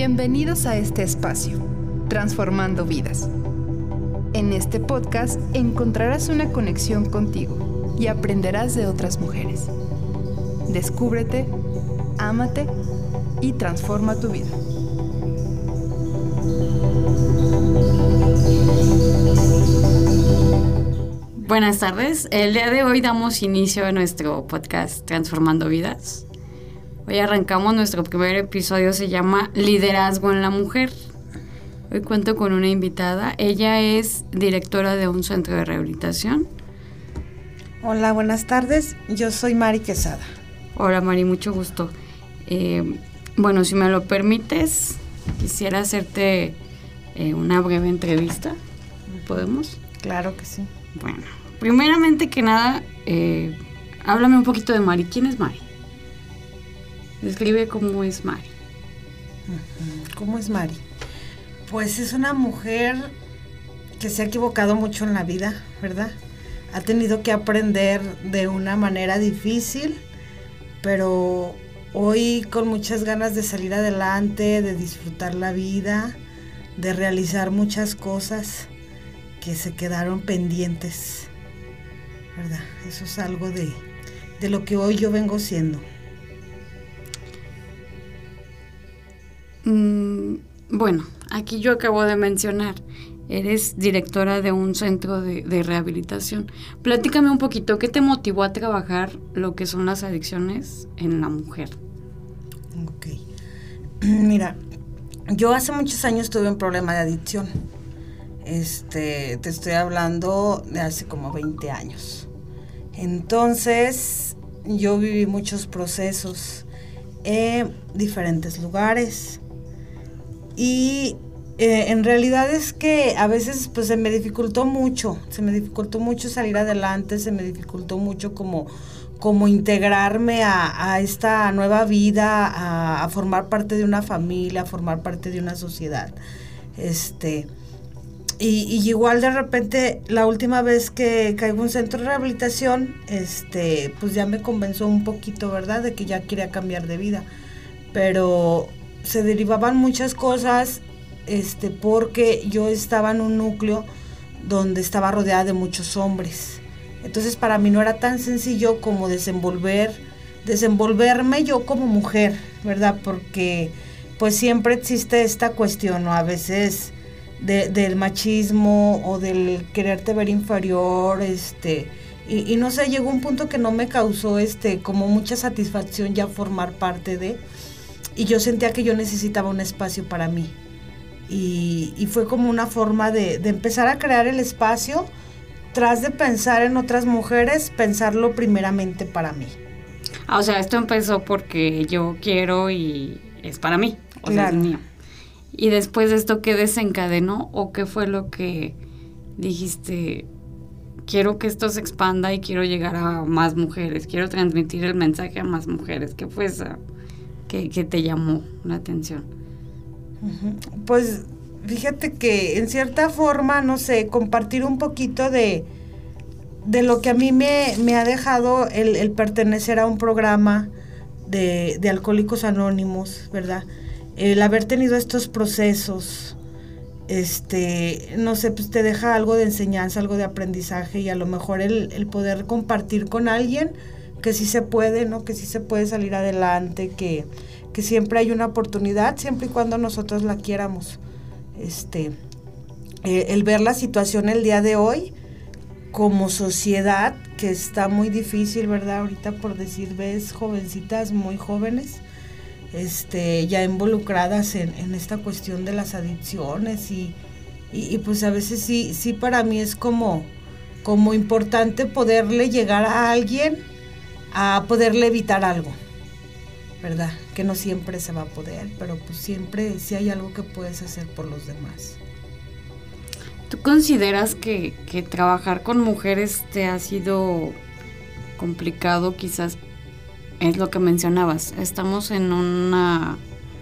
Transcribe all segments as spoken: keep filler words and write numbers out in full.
Bienvenidos a este espacio, Transformando Vidas. En este podcast encontrarás una conexión contigo y aprenderás de otras mujeres. Descúbrete, ámate y transforma tu vida. Buenas tardes, el día de hoy damos inicio a nuestro podcast Transformando Vidas. Hoy arrancamos nuestro primer episodio, se llama Liderazgo en la Mujer. Hoy cuento con una invitada, ella es directora de un centro de rehabilitación. Hola, buenas tardes, yo soy Mari Quesada. Hola Mari, mucho gusto. Eh, bueno, si me lo permites, quisiera hacerte eh, una breve entrevista. ¿Podemos? Claro que sí. Bueno, primeramente que nada, eh, háblame un poquito de Mari. ¿Quién es Mari? Describe cómo es Mari. ¿Cómo es Mari? Pues es una mujer que se ha equivocado mucho en la vida, ¿verdad? Ha tenido que aprender de una manera difícil, pero hoy con muchas ganas de salir adelante, de disfrutar la vida, de realizar muchas cosas que se quedaron pendientes, ¿verdad? Eso es algo de, de lo que hoy yo vengo siendo. Mm, bueno, aquí yo acabo de mencionar, eres directora de un centro de, de rehabilitación. Platícame un poquito, ¿qué te motivó a trabajar lo que son las adicciones en la mujer? Ok. Mira, yo hace muchos años tuve un problema de adicción. Este, te estoy hablando de hace como veinte años. Entonces, yo viví muchos procesos en diferentes lugares. Y eh, en realidad es que a veces pues se me dificultó mucho, se me dificultó mucho salir adelante, se me dificultó mucho como, como integrarme a, a esta nueva vida, a, a formar parte de una familia, a formar parte de una sociedad. Este, y, y igual de repente la última vez que caigo en un centro de rehabilitación, este, pues ya me convenció un poquito, ¿verdad?, de que ya quería cambiar de vida, pero se derivaban muchas cosas, este, porque yo estaba en un núcleo donde estaba rodeada de muchos hombres. Entonces para mí no era tan sencillo como desenvolver, desenvolverme yo como mujer, ¿verdad? Porque pues siempre existe esta cuestión, ¿no? A veces de, del machismo o del quererte ver inferior, este, y, y no sé, llegó un punto que no me causó este, como mucha satisfacción ya formar parte de. Y yo sentía que yo necesitaba un espacio para mí. Y, y fue como una forma de, de empezar a crear el espacio, tras de pensar en otras mujeres, pensarlo primeramente para mí. Ah, o sea, esto empezó porque yo quiero y es para mí, o Claro. sea, es mío. Y después de esto, ¿qué desencadenó o qué fue lo que dijiste? Quiero que esto se expanda y quiero llegar a más mujeres, quiero transmitir el mensaje a más mujeres. ¿Qué fue esa? ¿Qué, qué te llamó la atención? Pues fíjate que en cierta forma, no sé, compartir un poquito de, de lo que a mí me, me ha dejado el, el pertenecer a un programa de, de Alcohólicos Anónimos, ¿verdad? El haber tenido estos procesos, este, no sé, pues te deja algo de enseñanza, algo de aprendizaje, y a lo mejor el, el poder compartir con alguien que sí se puede, ¿no? Que sí se puede salir adelante, que, que siempre hay una oportunidad, siempre y cuando nosotros la quieramos. Este, eh, el ver la situación el día de hoy como sociedad, que está muy difícil, ¿verdad? Ahorita, por decir, ves jovencitas muy jóvenes, este, ya involucradas en, en esta cuestión de las adicciones, y, y, y pues a veces sí, sí para mí es como, como importante poderle llegar a alguien, a poderle evitar algo, ¿verdad? Que no siempre se va a poder, pero pues siempre sí hay algo que puedes hacer por los demás. ¿Tú consideras que, que trabajar con mujeres te ha sido complicado? Quizás es lo que mencionabas, estamos en una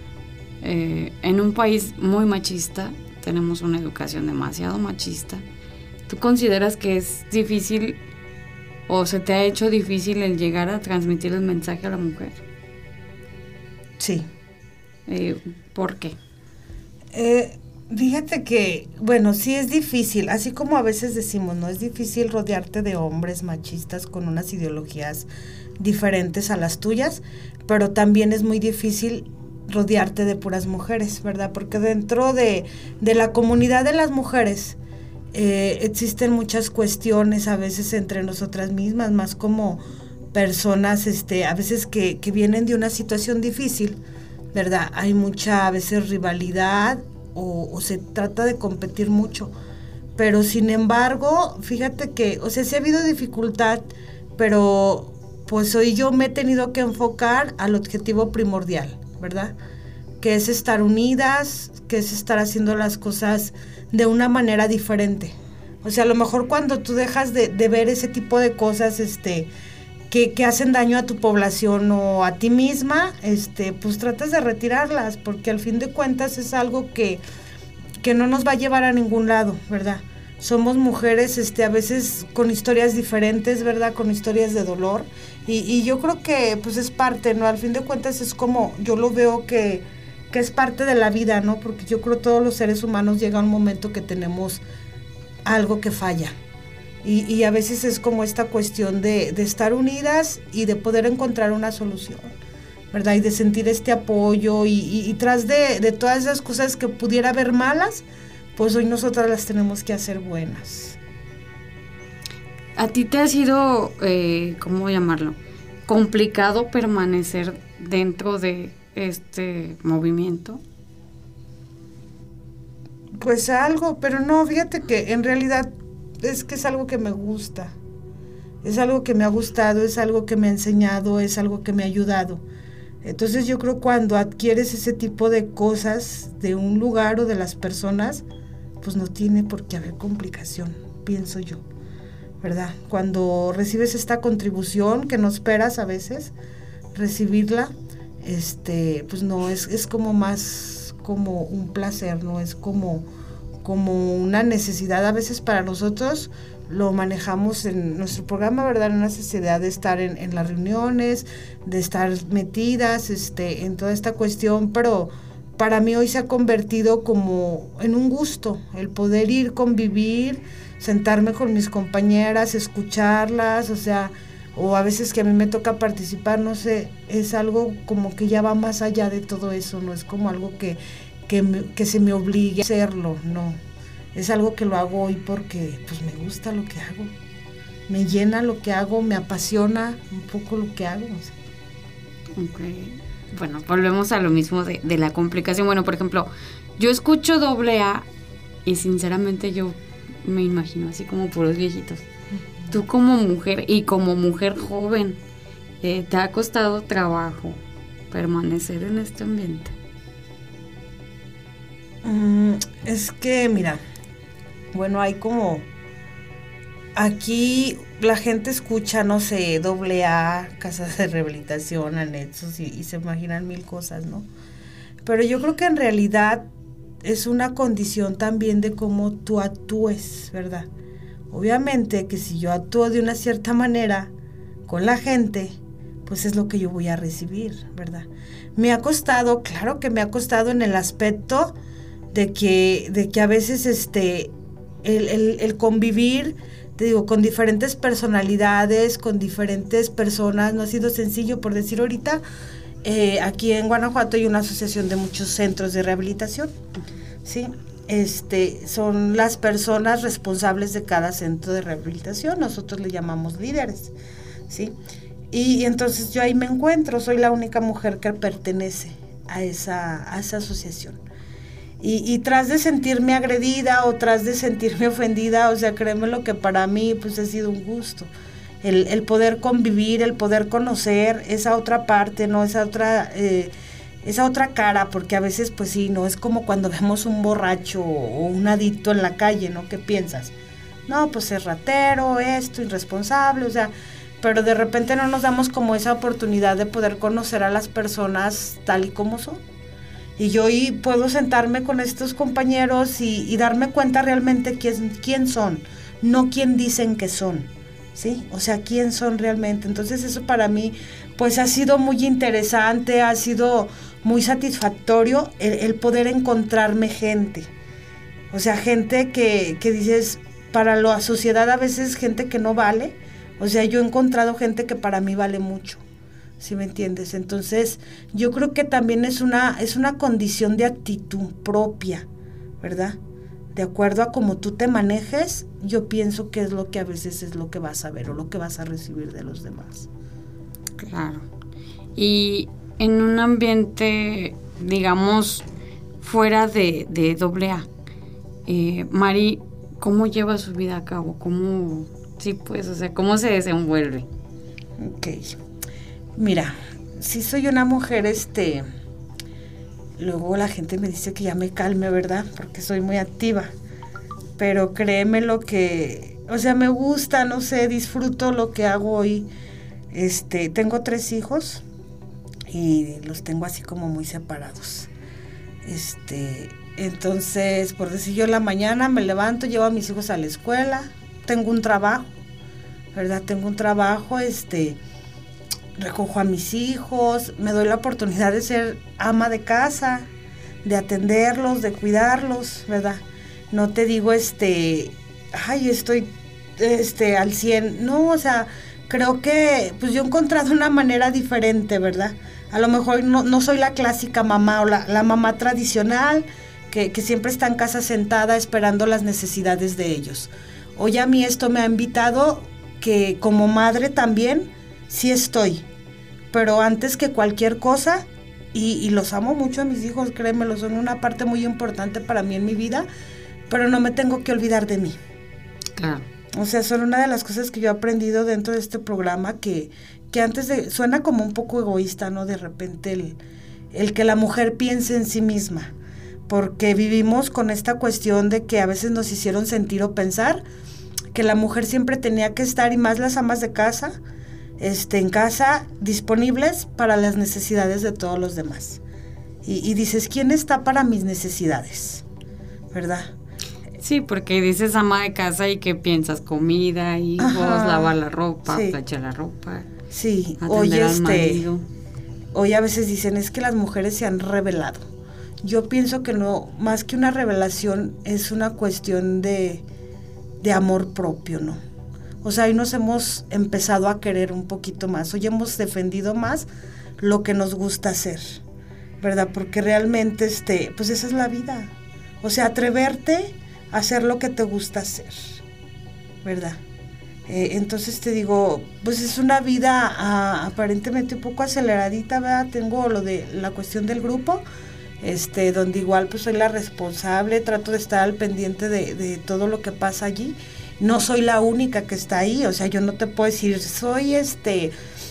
eh, en un país muy machista, tenemos una educación demasiado machista. ¿Tú consideras que es difícil o se te ha hecho difícil el llegar a transmitir el mensaje a la mujer? Sí. Eh, ¿Por qué? Eh, fíjate que, bueno, sí es difícil, así como a veces decimos, ¿no? Es difícil rodearte de hombres machistas con unas ideologías diferentes a las tuyas, pero también es muy difícil rodearte de puras mujeres, ¿verdad? Porque dentro de, de la comunidad de las mujeres eh, existen muchas cuestiones a veces entre nosotras mismas, más como personas, este, a veces que, que vienen de una situación difícil, ¿verdad? Hay mucha a veces rivalidad o, o se trata de competir mucho, pero sin embargo, fíjate que, o sea, sí ha habido dificultad, pero pues hoy yo me he tenido que enfocar al objetivo primordial, ¿verdad? Que es estar unidas, que es estar haciendo las cosas de una manera diferente. O sea, a lo mejor cuando tú dejas de, de ver ese tipo de cosas, este... Que, que hacen daño a tu población o a ti misma, este, pues tratas de retirarlas, porque al fin de cuentas es algo que, que no nos va a llevar a ningún lado, ¿verdad? Somos mujeres, este, a veces con historias diferentes, ¿verdad? Con historias de dolor, y, y yo creo que pues es parte, ¿no? Al fin de cuentas es como, yo lo veo que, que es parte de la vida, ¿no? Porque yo creo que todos los seres humanos llega un momento que tenemos algo que falla. Y, y a veces es como esta cuestión de, de estar unidas y de poder encontrar una solución, ¿verdad? Y de sentir este apoyo y, y, y tras de, de todas esas cosas que pudiera haber malas, pues hoy nosotras las tenemos que hacer buenas. ¿A ti te ha sido, eh, cómo llamarlo, complicado permanecer dentro de este movimiento? Pues algo, pero no, fíjate que en realidad es que es algo que me gusta, es algo que me ha gustado, es algo que me ha enseñado, es algo que me ha ayudado. Entonces yo creo cuando adquieres ese tipo de cosas de un lugar o de las personas, pues no tiene por qué haber complicación, pienso yo, ¿verdad? Cuando recibes esta contribución que no esperas a veces recibirla, este, pues no, es, es como más como un placer, no es como... como una necesidad a veces para nosotros, lo manejamos en nuestro programa, ¿verdad? Una necesidad de estar en, en las reuniones, de estar metidas este, en toda esta cuestión, pero para mí hoy se ha convertido como en un gusto, el poder ir, convivir, sentarme con mis compañeras, escucharlas, o sea, o a veces que a mí me toca participar, no sé, es algo como que ya va más allá de todo eso, no es como algo que Que, me, que se me obligue a hacerlo, no, es algo que lo hago hoy porque pues me gusta lo que hago, me llena lo que hago, me apasiona un poco lo que hago. O sea. Okay. Bueno, volvemos a lo mismo de, de la complicación. Bueno, por ejemplo, yo escucho doble A y sinceramente yo me imagino así como puros viejitos. Uh-huh. Tú como mujer y como mujer joven, eh, ¿te ha costado trabajo permanecer en este ambiente? Es que, mira, bueno, hay como, aquí la gente escucha, no sé, doble A, casas de rehabilitación, anexos, y, y se imaginan mil cosas, ¿no? Pero yo creo que en realidad es una condición también de cómo tú actúes, ¿verdad? Obviamente que si yo actúo de una cierta manera con la gente, pues es lo que yo voy a recibir, ¿verdad? Me ha costado, claro que me ha costado en el aspecto de que, de que a veces este, el, el, el convivir, te digo, con diferentes personalidades, con diferentes personas, no ha sido sencillo. Por decir ahorita, eh, aquí en Guanajuato hay una asociación de muchos centros de rehabilitación, ¿sí? Este, son las personas responsables de cada centro de rehabilitación, nosotros le llamamos líderes, ¿sí? Y, y entonces yo ahí me encuentro, soy la única mujer que pertenece a esa, a esa asociación. Y, y tras de sentirme agredida o tras de sentirme ofendida, o sea, créeme lo que para mí pues ha sido un gusto. El, el poder convivir, el poder conocer esa otra parte, ¿no? Esa otra, eh, esa otra cara, porque a veces pues sí, ¿no? Es como cuando vemos un borracho o un adicto en la calle, ¿no? ¿Qué piensas? No, pues es ratero, esto, irresponsable, o sea, pero de repente no nos damos como esa oportunidad de poder conocer a las personas tal y como son. Y yo hoy puedo sentarme con estos compañeros y, y darme cuenta realmente quién, quién son, no quién dicen que son, ¿sí? O sea, quién son realmente. Entonces eso para mí pues ha sido muy interesante, ha sido muy satisfactorio el, el poder encontrarme gente. O sea, gente que, que dices, para la sociedad a veces gente que no vale. O sea, yo he encontrado gente que para mí vale mucho. ¿Sí me entiendes? Entonces, yo creo que también es una, es una condición de actitud propia, ¿verdad? De acuerdo a cómo tú te manejes, yo pienso que es lo que a veces es lo que vas a ver o lo que vas a recibir de los demás. Claro. Y en un ambiente, digamos, fuera de, de doble A, eh, Mari, ¿cómo lleva su vida a cabo? ¿Cómo, sí, pues, o sea, cómo se desenvuelve? Ok. Mira, si soy una mujer, este, luego la gente me dice que ya me calme, ¿verdad? Porque soy muy activa, pero créeme lo que, o sea, me gusta, no sé, disfruto lo que hago hoy. Este, tengo tres hijos y los tengo así como muy separados. Este, entonces, por decir, yo en la mañana me levanto, llevo a mis hijos a la escuela, tengo un trabajo, ¿verdad? Tengo un trabajo, este, recojo a mis hijos, me doy la oportunidad de ser ama de casa, de atenderlos, de cuidarlos, ¿verdad? No te digo, este, ay, estoy, este, al cien, no, o sea, creo que, pues yo he encontrado una manera diferente, ¿verdad? A lo mejor no, no soy la clásica mamá o la, la mamá tradicional que, que siempre está en casa sentada esperando las necesidades de ellos. Hoy a mí esto me ha invitado que como madre también sí estoy, pero antes que cualquier cosa, y, y los amo mucho a mis hijos, créemelo, son una parte muy importante para mí en mi vida, pero no me tengo que olvidar de mí. Claro. O sea, son una de las cosas que yo he aprendido dentro de este programa que, que antes de, suena como un poco egoísta, ¿no? De repente el, el que la mujer piense en sí misma, porque vivimos con esta cuestión de que a veces nos hicieron sentir o pensar que la mujer siempre tenía que estar, y más las amas de casa, este, en casa, disponibles para las necesidades de todos los demás. Y, y dices, ¿quién está para mis necesidades? ¿Verdad? Sí, porque dices ama de casa y que piensas comida, hijos, Ajá, lavar la ropa, sí. planchar la ropa. Sí, atender hoy al este, marido. hoy a veces dicen es que las mujeres se han revelado. Yo pienso que no, más que una revelación es una cuestión de, de amor propio, ¿no? O sea, hoy nos hemos empezado a querer un poquito más, hoy hemos defendido más lo que nos gusta hacer, ¿verdad? Porque realmente, este, pues esa es la vida. O sea, atreverte a hacer lo que te gusta hacer, ¿verdad? Eh, entonces te digo, pues es una vida ah, aparentemente un poco aceleradita, ¿verdad? Tengo lo de la cuestión del grupo, este, donde igual pues soy la responsable, trato de estar al pendiente de, de todo lo que pasa allí. No soy la única que está ahí, o sea, yo no te puedo decir, soy este,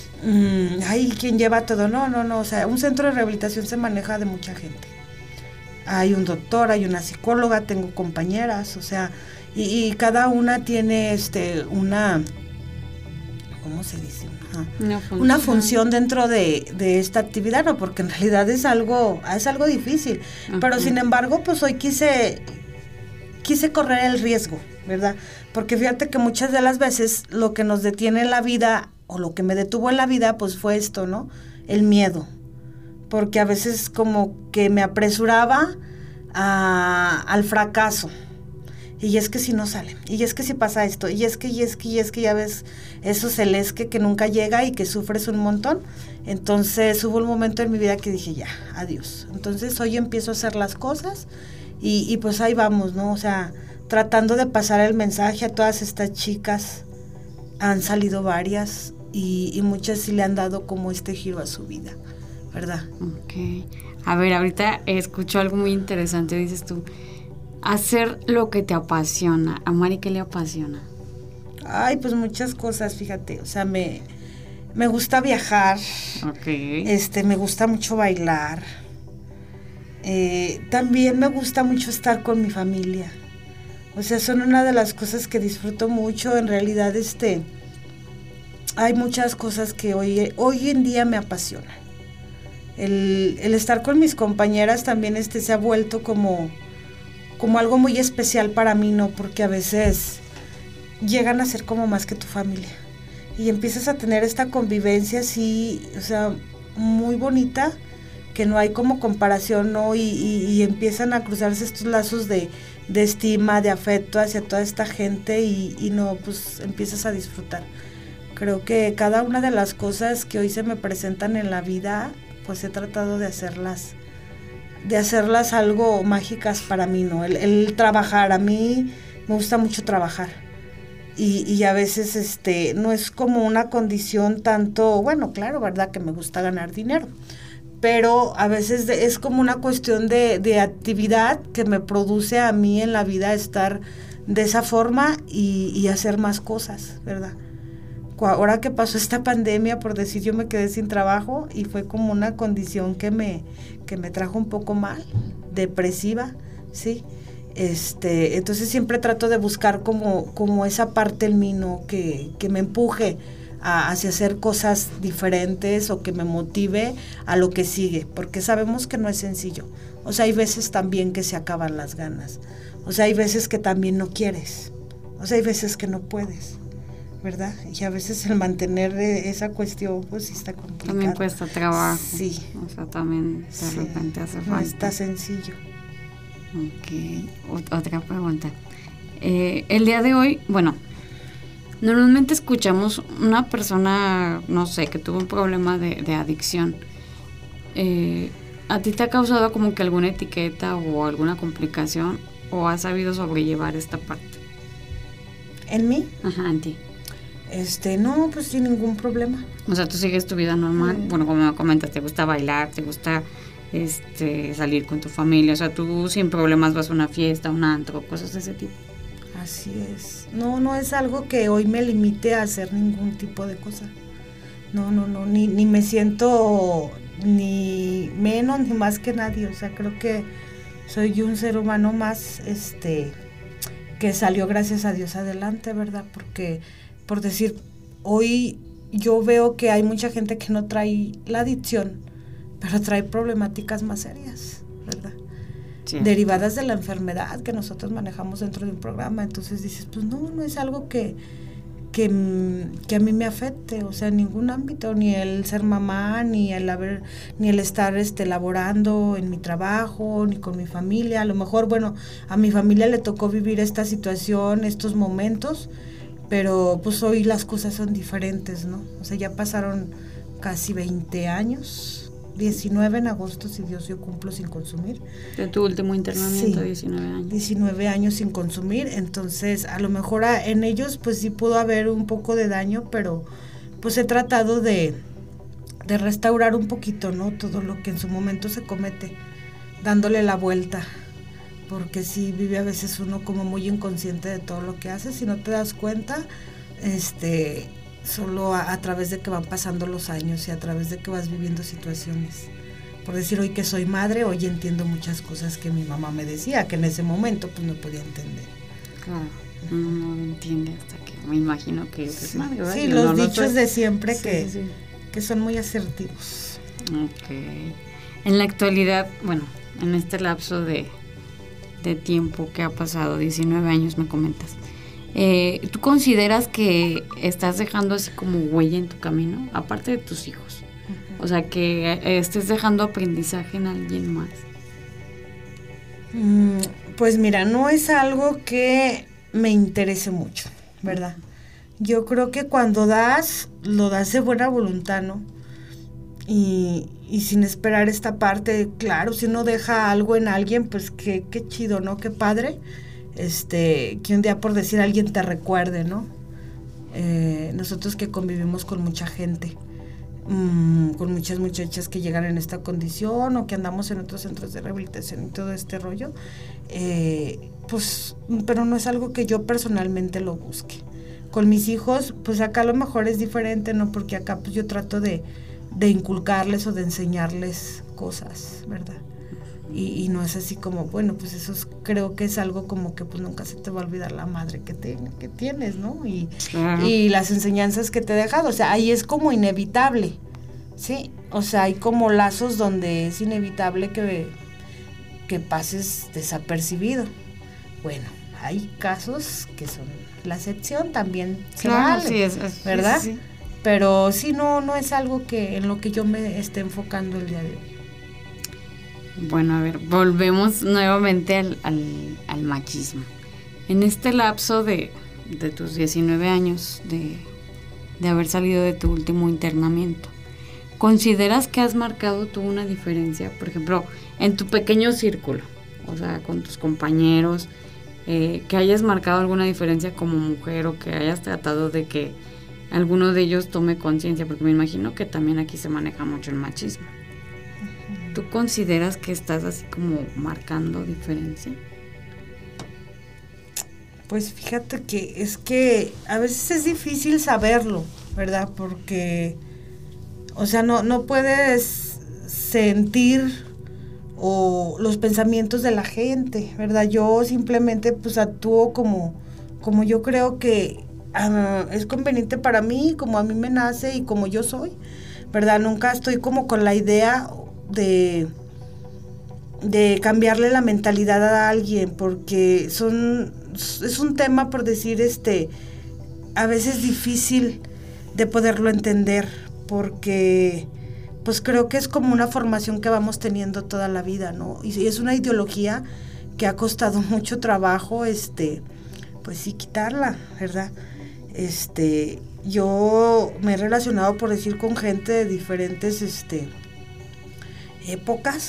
mmm, ay, ¿quién lleva todo? No, no, no, o sea, un centro de rehabilitación se maneja de mucha gente. Hay un doctor, hay una psicóloga, tengo compañeras, o sea, y, y cada una tiene este una, ¿cómo se dice? Una, una, función. una función dentro de, de esta actividad, ¿no? Porque en realidad es algo, es algo difícil. Uh-huh. Pero sin embargo, pues hoy quise, quise correr el riesgo, ¿verdad? Porque fíjate que muchas de las veces lo que nos detiene en la vida, o lo que me detuvo en la vida, pues fue esto, ¿no? El miedo. Porque a veces como que me apresuraba a, al fracaso. Y es que si no sale, y es que si pasa esto, y es que, y es que, y es que ya ves, eso es el es que, que nunca llega y que sufres un montón. Entonces hubo un momento en mi vida que dije, ya, adiós. Entonces hoy empiezo a hacer las cosas y, y pues ahí vamos, ¿no? O sea, tratando de pasar el mensaje a todas estas chicas. Han salido varias y, y muchas sí le han dado como este giro a su vida, ¿verdad? Ok. A ver, ahorita escucho algo muy interesante, dices tú. Hacer lo que te apasiona. ¿A Mari qué le apasiona? Ay, pues muchas cosas, fíjate. O sea, me, me gusta viajar. Ok. Este, me gusta mucho bailar. Eh, también me gusta mucho estar con mi familia. O sea, son una de las cosas que disfruto mucho. En realidad, este, hay muchas cosas que hoy, hoy en día me apasionan. El, el estar con mis compañeras también este, se ha vuelto como... como algo muy especial para mí, ¿no? Porque a veces llegan a ser como más que tu familia y empiezas a tener esta convivencia así, o sea, muy bonita, que no hay como comparación, ¿no? Y, y, y empiezan a cruzarse estos lazos de, de estima, de afecto hacia toda esta gente y, y no, pues empiezas a disfrutar. Creo que cada una de las cosas que hoy se me presentan en la vida, pues he tratado de hacerlas, de hacerlas algo mágicas para mí, ¿no? El, el trabajar, a mí me gusta mucho trabajar. Y, y a veces este no es como una condición tanto, bueno, claro, verdad que me gusta ganar dinero, pero a veces de, es como una cuestión de, de actividad que me produce a mí en la vida estar de esa forma y, y hacer más cosas, ¿verdad? Ahora que pasó esta pandemia, por decir, yo me quedé sin trabajo y fue como una condición que me, que me trajo un poco mal, depresiva, ¿sí? Este, entonces siempre trato de buscar como, como esa parte en mí, ¿no? que, que me empuje a, hacia hacer cosas diferentes o que me motive a lo que sigue, porque sabemos que no es sencillo. O sea, hay veces también que se acaban las ganas, o sea, hay veces que también no quieres, o sea, hay veces que no puedes, ¿verdad? Y a veces el mantener esa cuestión, pues sí está complicado. También cuesta trabajo. Sí. O sea, también de sí, repente hace falta. No está sencillo. Ok, otra pregunta. Eh, el día de hoy, bueno, normalmente escuchamos una persona, no sé, que tuvo un problema de, de adicción. Eh, ¿A ti te ha causado como que alguna etiqueta o alguna complicación o has sabido sobrellevar esta parte? ¿En mí? Ajá, en ti. Este, no, pues sin ningún problema. O sea, tú sigues tu vida normal. Mm. Bueno, como me comentas, te gusta bailar, te gusta este salir con tu familia, o sea, tú sin problemas vas a una fiesta, un antro, cosas de ese tipo. Así es. No, no es algo que hoy me limite a hacer ningún tipo de cosa. No, no, no, ni, ni me siento ni menos ni más que nadie. O sea, creo que soy un ser humano más, este, que salió gracias a Dios adelante, ¿verdad? Porque, por decir, hoy yo veo que hay mucha gente que no trae la adicción, pero trae problemáticas más serias, ¿verdad? Sí. Derivadas de la enfermedad que nosotros manejamos dentro de un programa. Entonces dices, pues no, no es algo que, que, que a mí me afecte, o sea, en ningún ámbito, ni el ser mamá, ni el haber, ni el estar este, laborando en mi trabajo, ni con mi familia. A lo mejor, bueno, a mi familia le tocó vivir esta situación, estos momentos, pero pues hoy las cosas son diferentes, ¿no? O sea, ya pasaron casi veinte años, diecinueve en agosto, si Dios yo cumplo sin consumir. De tu último internamiento, sí, diecinueve años. diecinueve años sin consumir, entonces a lo mejor a, en ellos pues sí pudo haber un poco de daño, pero pues he tratado de, de restaurar un poquito, ¿no? Todo lo que en su momento se comete, dándole la vuelta, porque sí vive a veces uno como muy inconsciente de todo lo que hace, si no te das cuenta, este... solo a, a través de que van pasando los años y a través de que vas viviendo situaciones. Por decir, hoy que soy madre, hoy entiendo muchas cosas que mi mamá me decía, que en ese momento pues no podía entender. Claro, no, no lo entiende hasta que me imagino que es sí, madre, ¿verdad? Sí, Yo los no, no dichos soy... de siempre sí, que, sí, sí. que son muy asertivos. Ok. En la actualidad, bueno, en este lapso de, de tiempo que ha pasado, diecinueve años me comentas, Eh, ¿tú consideras que estás dejando así como huella en tu camino, aparte de tus hijos? Uh-huh. O sea, que eh, estés dejando aprendizaje en alguien más. Mm, pues mira, no es algo que me interese mucho, ¿verdad? Yo creo que cuando das, lo das de buena voluntad, ¿no? Y, y sin esperar esta parte, claro, si uno deja algo en alguien, pues qué, qué chido, ¿no? Qué padre. Este, que un día por decir alguien te recuerde, ¿no? Eh, nosotros que convivimos con mucha gente, mmm, con muchas muchachas que llegan en esta condición o que andamos en otros centros de rehabilitación y todo este rollo, eh, pues, pero no es algo que yo personalmente lo busque. Con mis hijos, pues acá a lo mejor es diferente, ¿no? Porque acá pues yo trato de, de inculcarles o de enseñarles cosas, ¿verdad? Y, y no es así como, bueno, pues eso es, creo que es algo como que pues nunca se te va a olvidar la madre que, te, que tienes, ¿no? Y, uh-huh. y las enseñanzas que te he dejado, o sea, ahí es como inevitable, ¿sí? O sea, hay como lazos donde es inevitable que, que pases desapercibido. Bueno, hay casos que son la excepción, también se claro, vale, sí, es, es, ¿verdad? Sí, sí. Pero sí, no, no es algo que en lo que yo me esté enfocando el día de hoy. Bueno, a ver, volvemos nuevamente al, al, al machismo. En este lapso de, de tus diecinueve años de, de haber salido de tu último internamiento, ¿consideras que has marcado tú una diferencia? Por ejemplo, en tu pequeño círculo, o sea, con tus compañeros, eh, que hayas marcado alguna diferencia como mujer o que hayas tratado de que alguno de ellos tome conciencia, porque me imagino que también aquí se maneja mucho el machismo. ¿Tú consideras que estás así como marcando diferencia? Pues fíjate que es que a veces es difícil saberlo, ¿verdad? Porque, o sea, no, no puedes sentir o los pensamientos de la gente, ¿verdad? Yo simplemente pues actúo como, como yo creo que uh, es conveniente para mí, como a mí me nace y como yo soy, ¿verdad? Nunca estoy como con la idea de, de cambiarle la mentalidad a alguien, porque son, es un tema, por decir, este, a veces difícil de poderlo entender, porque pues creo que es como una formación que vamos teniendo toda la vida, ¿no? Y es una ideología que ha costado mucho trabajo, este, pues sí, quitarla, ¿verdad? Este, yo me he relacionado, por decir, con gente de diferentes, este, épocas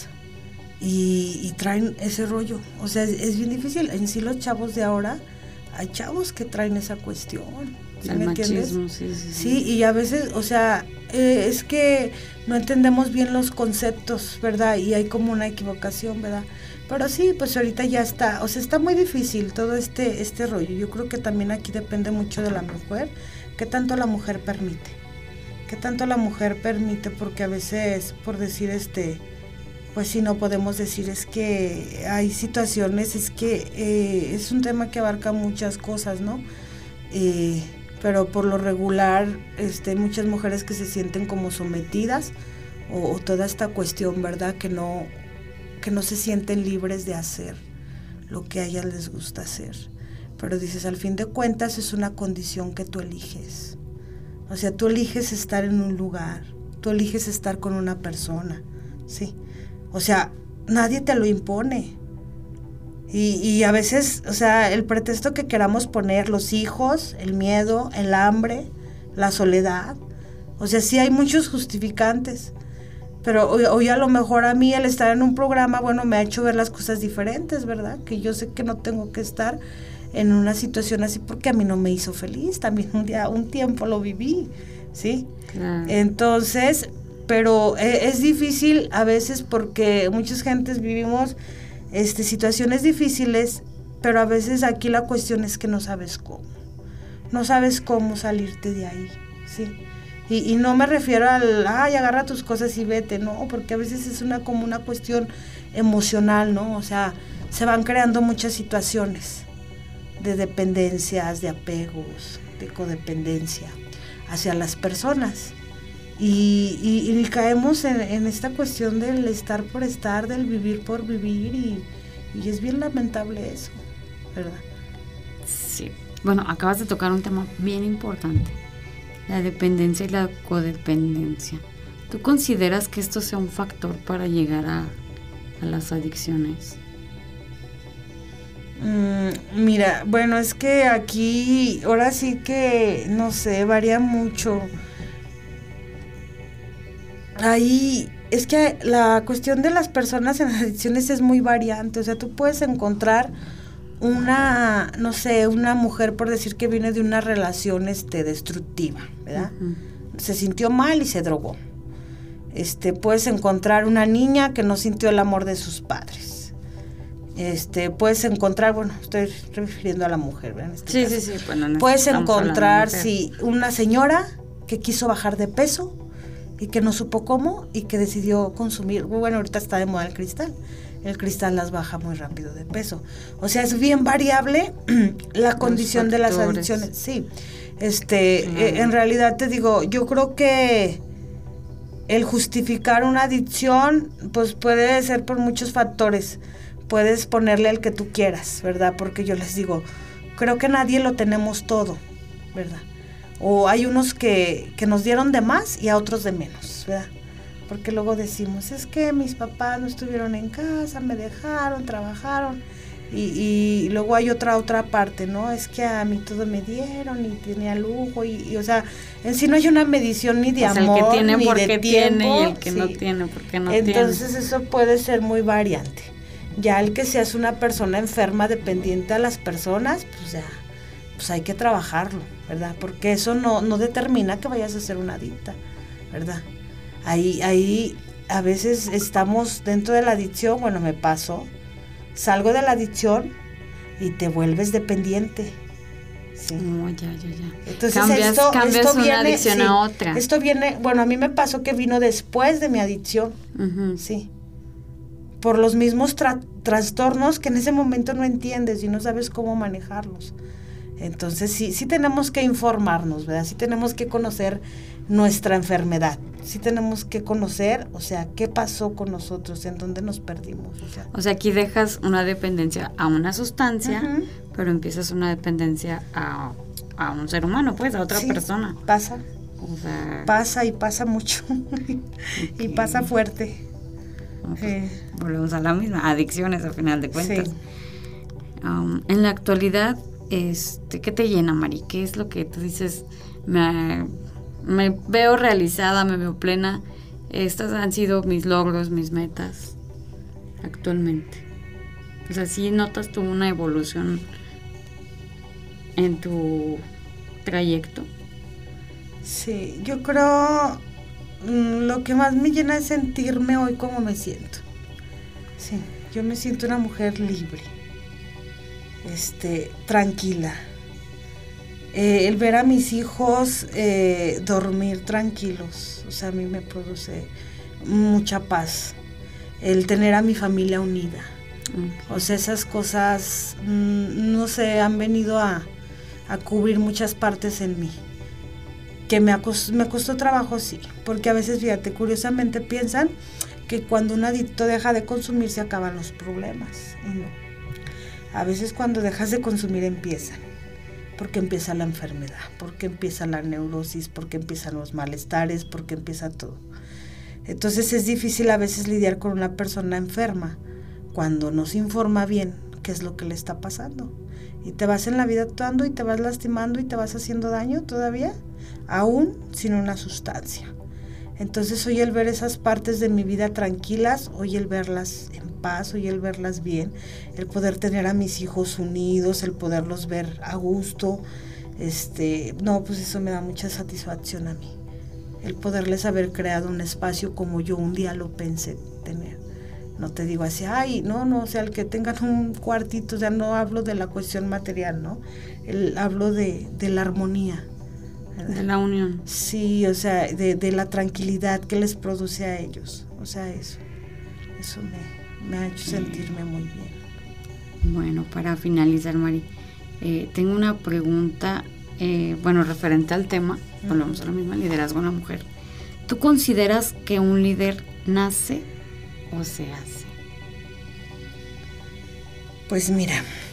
y, y traen ese rollo. O sea, es, es bien difícil. En sí los chavos de ahora, hay chavos que traen esa cuestión. ¿Sí el me machismo, entiendes? sí, sí, sí. Sí, y a veces, o sea, eh, es que no entendemos bien los conceptos, ¿verdad? Y hay como una equivocación, ¿verdad? Pero sí, pues ahorita ya está, o sea, está muy difícil todo este, este rollo. Yo creo que también aquí depende mucho de la mujer, qué tanto la mujer permite. Qué tanto la mujer permite, porque a veces, por decir, este, pues sí, no podemos decir, es que hay situaciones, es que eh, es un tema que abarca muchas cosas, ¿no? Eh, pero por lo regular, este, muchas mujeres que se sienten como sometidas, o, o toda esta cuestión, ¿verdad? Que no, que no se sienten libres de hacer lo que a ellas les gusta hacer. Pero dices, al fin de cuentas es una condición que tú eliges. O sea, tú eliges estar en un lugar, tú eliges estar con una persona, ¿sí? O sea, nadie te lo impone. Y, y a veces, o sea, el pretexto que queramos poner, los hijos, el miedo, el hambre, la soledad, o sea, sí hay muchos justificantes, pero hoy, hoy a lo mejor a mí el estar en un programa, bueno, me ha hecho ver las cosas diferentes, ¿verdad? Que yo sé que no tengo que estar en una situación así porque a mí no me hizo feliz, también un día, un tiempo lo viví, ¿sí? Claro. Entonces, pero eh, es difícil a veces porque muchas gentes vivimos este, situaciones difíciles, pero a veces aquí la cuestión es que no sabes cómo, no sabes cómo salirte de ahí, ¿sí? Y, y no me refiero al, ay, agarra tus cosas y vete, no, porque a veces es una como una cuestión emocional, ¿no? O sea, se van creando muchas situaciones de dependencias, de apegos, de codependencia hacia las personas. Y, y, y caemos en, en esta cuestión del estar por estar, del vivir por vivir, y, y es bien lamentable eso, ¿verdad? Sí. Bueno, acabas de tocar un tema bien importante, la dependencia y la codependencia. ¿Tú consideras que esto sea un factor para llegar a, a las adicciones? Mm, mira, bueno, es que aquí, ahora sí que, no sé, varía mucho. Ahí, es que la cuestión de las personas en adicciones es muy variante, o sea, tú puedes encontrar una, no sé, una mujer, por decir, que viene de una relación este, destructiva, ¿verdad? Uh-huh. Se sintió mal y se drogó. Este, puedes encontrar una niña que no sintió el amor de sus padres. Este, puedes encontrar, bueno, estoy refiriendo a la mujer, ¿verdad? En este sí, caso. sí, sí, bueno, no puedes encontrar, sí, una señora que quiso bajar de peso y que no supo cómo y que decidió consumir, bueno, ahorita está de moda el cristal, el cristal las baja muy rápido de peso, o sea, es bien variable la Los condición factores. De las adicciones, sí, este, sí. eh, en realidad te digo, yo creo que el justificar una adicción, pues puede ser por muchos factores, puedes ponerle el que tú quieras, ¿verdad? Porque yo les digo, creo que nadie lo tenemos todo, ¿verdad? O hay unos que, que nos dieron de más y a otros de menos, ¿verdad? porque luego decimos, es que mis papás no estuvieron en casa, me dejaron, trabajaron, y, y luego hay otra otra parte, ¿no? Es que a mí todo me dieron y tenía lujo, y, y o sea, en sí no hay una medición ni de pues amor, el que tiene ni porque de tiempo, tiene y el que sí. no tiene porque no Entonces tiene. eso puede ser muy variante. Ya el que seas una persona enferma dependiente a las personas, pues ya, pues hay que trabajarlo, ¿verdad? Porque eso no, no determina que vayas a ser una adicta, ¿verdad? Ahí, ahí a veces estamos dentro de la adicción, bueno, me pasó, salgo de la adicción y te vuelves dependiente. Sí. Oh, ya, ya, ya. Entonces cambias esto, cambias esto una viene, adicción sí, a otra. Esto viene, bueno, a mí me pasó que vino después de mi adicción, Uh-huh. sí. Por los mismos tra- trastornos que en ese momento no entiendes y no sabes cómo manejarlos. Entonces sí, sí tenemos que informarnos, ¿verdad? Sí tenemos que conocer nuestra enfermedad. Sí tenemos que conocer, o sea, qué pasó con nosotros, en dónde nos perdimos. O sea, O sea, aquí dejas una dependencia a una sustancia, uh-huh. pero empiezas una dependencia a, a un ser humano, pues, a otra sí, persona. Pasa. O sea, pasa y pasa mucho. Okay. Y pasa fuerte. Pues, eh. Volvemos a la misma, adicciones al final de cuentas. Sí. Um, en la actualidad, este, ¿qué te llena, Mari? ¿Qué es lo que tú dices? Me, me veo realizada, me veo plena. Estas han sido mis logros, mis metas actualmente. O sea, ¿sí notas tú una evolución en tu trayecto? Sí, yo creo mmm, lo que más me llena es sentirme hoy como me siento. Sí, yo me siento una mujer libre, este, tranquila. Eh, el ver a mis hijos eh, dormir tranquilos, o sea, a mí me produce mucha paz. El tener a mi familia unida. Okay. O sea, esas cosas, mmm, no sé, han venido a, a cubrir muchas partes en mí. Que me, acost- me costó trabajo, sí, porque a veces, fíjate, curiosamente piensan que cuando un adicto deja de consumir se acaban los problemas, y no. A veces cuando dejas de consumir empiezan, porque empieza la enfermedad, porque empieza la neurosis, porque empiezan los malestares, porque empieza todo. Entonces es difícil a veces lidiar con una persona enferma cuando no se informa bien qué es lo que le está pasando. Y te vas en la vida actuando y te vas lastimando y te vas haciendo daño todavía, aún sin una sustancia. Entonces hoy el ver esas partes de mi vida tranquilas, hoy el verlas en paz, hoy el verlas bien, el poder tener a mis hijos unidos, el poderlos ver a gusto, este, no, pues eso me da mucha satisfacción a mí. El poderles haber creado un espacio como yo un día lo pensé tener. No te digo así, ay, no, no, o sea, el que tengan un cuartito, o sea, no hablo de la cuestión material, ¿no? El, hablo de, de la armonía. ¿verdad? De la unión. Sí, o sea, de, de la tranquilidad que les produce a ellos. O sea, eso, eso me, me ha hecho sentirme muy bien. Bueno, para finalizar, Mari, eh, tengo una pregunta, eh, bueno, referente al tema, uh-huh. volvemos a la misma, liderazgo en la mujer. ¿Tú consideras que un líder nace o se hace? Pues mira,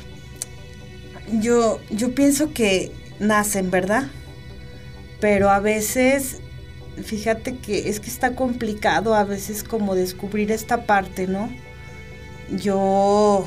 yo, yo pienso que nacen, ¿verdad? Pero a veces, fíjate que es que está complicado a veces como descubrir esta parte, ¿no? Yo,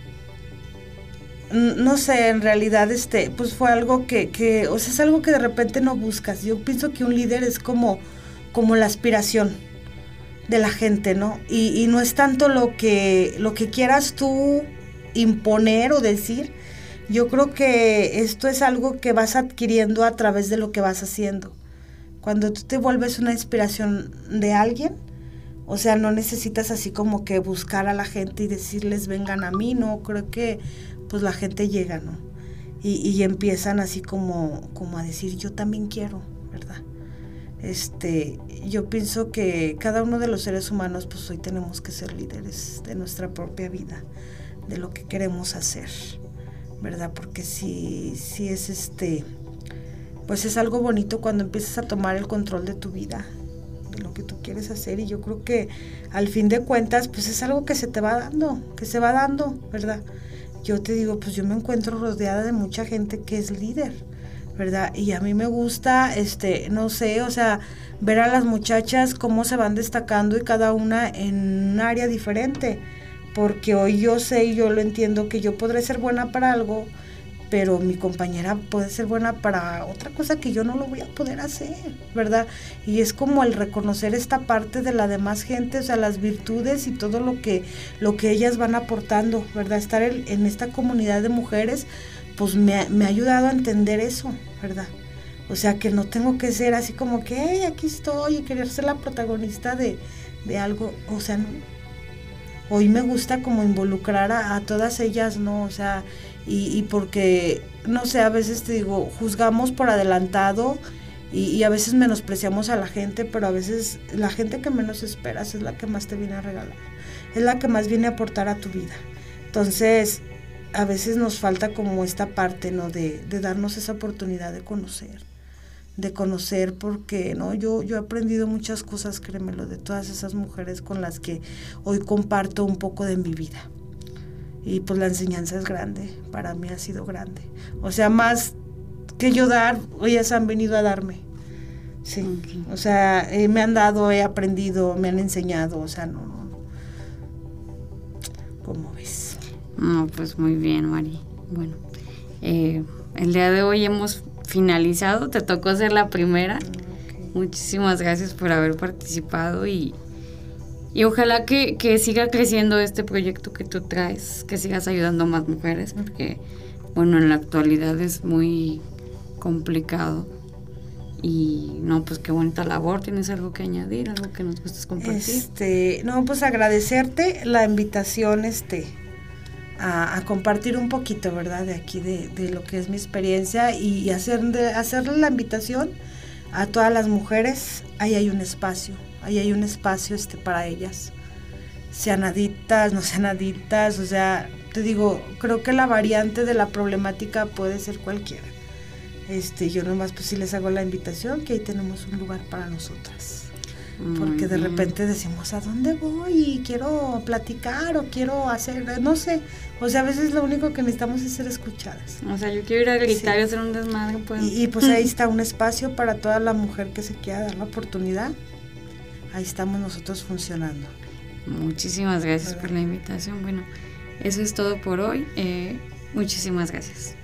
no sé, en realidad, este, pues fue algo que, que, o sea, es algo que de repente no buscas. Yo pienso que un líder es como, como la aspiración de la gente, ¿no? Y, y no es tanto lo que, lo que quieras tú imponer o decir. Yo creo que esto es algo que vas adquiriendo a través de lo que vas haciendo. Cuando tú te vuelves una inspiración de alguien, o sea, no necesitas así como que buscar a la gente y decirles vengan a mí, no, creo que pues la gente llega, ¿no? Y, y empiezan así como, como a decir yo también quiero, ¿verdad? Este, yo pienso que cada uno de los seres humanos pues hoy tenemos que ser líderes de nuestra propia vida, de lo que queremos hacer, ¿verdad? Porque si, si es este, pues es algo bonito cuando empiezas a tomar el control de tu vida, de lo que tú quieres hacer, y yo creo que al fin de cuentas pues es algo que se te va dando, que se va dando, ¿verdad? Yo te digo, pues yo me encuentro rodeada de mucha gente que es líder, ¿verdad? Y a mí me gusta, este, no sé, o sea, ver a las muchachas cómo se van destacando y cada una en un área diferente, porque hoy yo sé y yo lo entiendo que yo podré ser buena para algo, pero mi compañera puede ser buena para otra cosa que yo no lo voy a poder hacer, ¿verdad? Y es como el reconocer esta parte de la demás gente, o sea, las virtudes y todo lo que, lo que ellas van aportando, ¿verdad? Estar en, en esta comunidad de mujeres, pues me, me ha ayudado a entender eso, ¿verdad? O sea, que no tengo que ser así como que, hey, aquí estoy, y querer ser la protagonista de, de algo, o sea, no. Hoy me gusta como involucrar a, a todas ellas, ¿no? O sea, y, y porque, no sé, a veces te digo, juzgamos por adelantado y, y a veces menospreciamos a la gente, pero a veces la gente que menos esperas es la que más te viene a regalar, es la que más viene a aportar a tu vida. Entonces, a veces nos falta como esta parte, ¿no? De, de darnos esa oportunidad de conocer, de conocer porque, ¿no? Yo, yo he aprendido muchas cosas, créemelo, de todas esas mujeres con las que hoy comparto un poco de mi vida. Y pues la enseñanza es grande, para mí ha sido grande. O sea, más que yo dar, ellas han venido a darme. Sí, okay. O sea, eh, me han dado, he aprendido, me han enseñado, o sea, no, no. ¿Cómo ves? No, pues muy bien, Mari. Bueno, eh, el día de hoy hemos finalizado, te tocó ser la primera. Okay. Muchísimas gracias por haber participado y, y ojalá que, que siga creciendo este proyecto que tú traes, que sigas ayudando a más mujeres, porque, bueno, en la actualidad es muy complicado. Y no, pues qué bonita labor. ¿Tienes algo que añadir, algo que nos gustes compartir? Este, no, pues agradecerte la invitación, este, a, a compartir un poquito, ¿verdad? De aquí, de, de lo que es mi experiencia y hacer de, hacerle la invitación a todas las mujeres. Ahí hay un espacio, ahí hay un espacio, este, para ellas. Sean adictas, no sean adictas, o sea, te digo, creo que la variante de la problemática puede ser cualquiera. Este, yo nomás pues sí les hago la invitación que ahí tenemos un lugar para nosotras. Porque de repente decimos, ¿a dónde voy? Y quiero platicar o quiero hacer, no sé. O sea, a veces lo único que necesitamos es ser escuchadas. O sea, yo quiero ir a gritar sí. y hacer un desmadre. Pues. Y, y pues ahí está un espacio para toda la mujer que se quiera dar la oportunidad. Ahí estamos nosotros funcionando. Muchísimas gracias ¿verdad? Por la invitación. Bueno, eso es todo por hoy. Eh, muchísimas gracias.